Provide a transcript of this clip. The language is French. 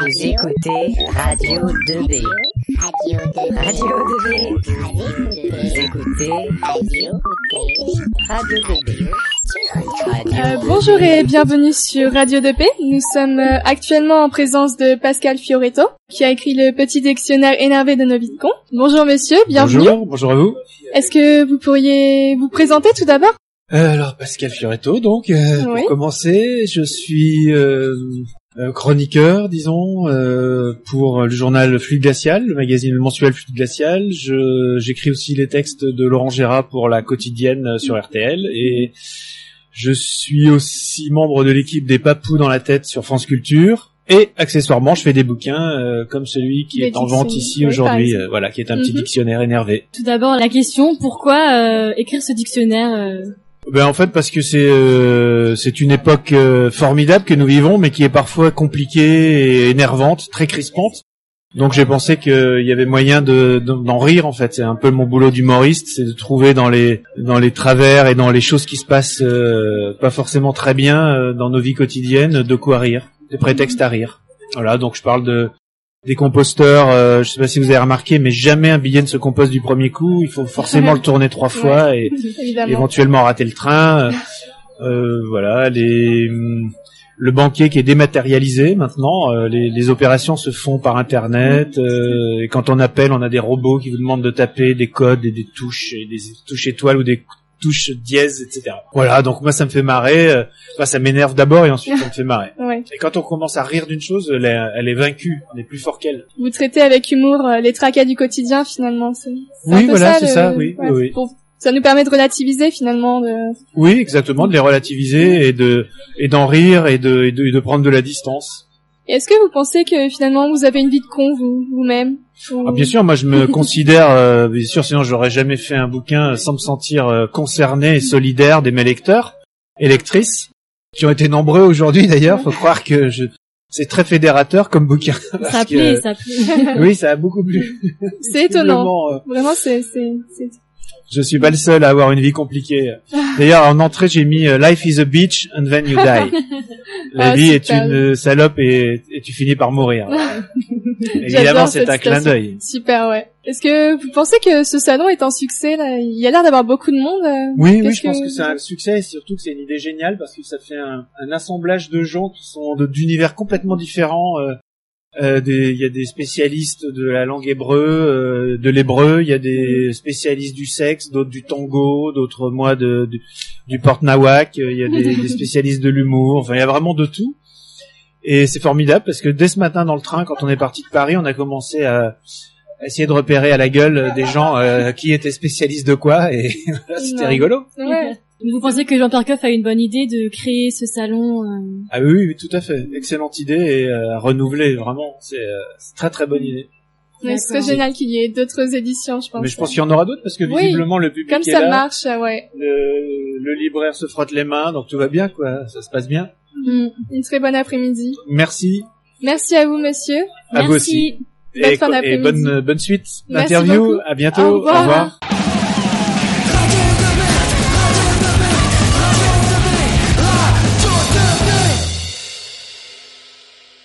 Vous écoutez Radio 2B. Radio 2B. Vous écoutez Radio 2B. Bonjour et bienvenue sur Radio 2B. Nous sommes actuellement en présence de Pascal Fioretto, qui a écrit le petit dictionnaire énervé de nos vies de cons. Bonjour monsieur, bienvenue. Bonjour à vous. Est-ce que vous pourriez vous présenter tout d'abord ? Alors Pascal Fioretto, donc pour commencer, je suis chroniqueur, disons, pour le journal Fluide Glacial, le magazine mensuel Fluide Glacial. J'écris aussi les textes de Laurent Gérard pour la quotidienne sur RTL, et je suis aussi membre de l'équipe des Papous dans la tête sur France Culture. Et accessoirement, je fais des bouquins comme celui qui est en vente ici aujourd'hui, qui est un petit dictionnaire énervé. Tout d'abord, la question, pourquoi écrire ce dictionnaire En fait, parce que c'est une époque formidable que nous vivons, mais qui est parfois compliquée et énervante, très crispante. Donc j'ai pensé qu'il y avait moyen d'en rire, en fait. C'est un peu mon boulot d'humoriste, c'est de trouver dans les travers et dans les choses qui se passent pas forcément très bien dans nos vies quotidiennes, de quoi rire, des prétextes à rire. Voilà, donc je parle des composteurs, je sais pas si vous avez remarqué, mais jamais un billet ne se compose du premier coup. Il faut forcément le tourner 3 fois et éventuellement rater le train. Le banquier qui est dématérialisé maintenant. Les opérations se font par Internet. Et quand on appelle, on a des robots qui vous demandent de taper des codes et des touches étoiles ou des touches dièse, etc. Voilà, donc moi ça me fait marrer. Ça m'énerve d'abord et ensuite ça me fait marrer. Et quand on commence à rire d'une chose, elle est vaincue, on est plus fort qu'elle. Vous traitez avec humour les tracas du quotidien, finalement. C'est Oui. ça nous permet de relativiser finalement. Oui, exactement, de les relativiser et d'en rire et de prendre de la distance. Et est-ce que vous pensez que finalement vous avez une vie de con vous-même Bien sûr, moi je me considère, bien sûr, sinon j'aurais jamais fait un bouquin sans me sentir concerné et solidaire de mes lecteurs et lectrices, qui ont été nombreux aujourd'hui d'ailleurs. Faut croire que c'est très fédérateur comme bouquin. Ça plaît. Oui, ça a beaucoup plu. C'est étonnant. Vraiment, c'est. Je suis pas le seul à avoir une vie compliquée. D'ailleurs, en entrée, j'ai mis Life is a bitch and then you die. La vie est une salope et tu finis par mourir. Évidemment, c'est un clin d'œil. Super, ouais. Est-ce que vous pensez que ce salon est un succès là ? Il y a l'air d'avoir beaucoup de monde. Oui, je pense que c'est un succès et surtout que c'est une idée géniale parce que ça fait un assemblage de gens qui sont d'univers complètement différents. Il y a des spécialistes de la langue hébreu, de l'hébreu, il y a des spécialistes du sexe, d'autres du tango, d'autres du porte-nawak, il y a des spécialistes de l'humour, enfin il y a vraiment de tout. Et c'est formidable parce que dès ce matin dans le train, quand on est parti de Paris, on a commencé à essayer de repérer à la gueule des gens qui étaient spécialistes de quoi, et c'était rigolo. Ouais. Vous pensez que Jean-Pierre Coff a une bonne idée de créer ce salon Ah oui, tout à fait. Excellente idée et à renouveler, vraiment. C'est très très bonne idée. Mais ce serait génial qu'il y ait d'autres éditions, je pense. Mais je pense qu'il y en aura d'autres parce que visiblement le public comme est ça là. Marche, ouais. Le libraire se frotte les mains, donc tout va bien, quoi. Ça se passe bien. Une très bonne après-midi. Merci. Merci à vous, monsieur. À vous aussi. Bonne fin d'après-midi. Et bonne suite Merci d'interview. beaucoup. À bientôt. Au revoir.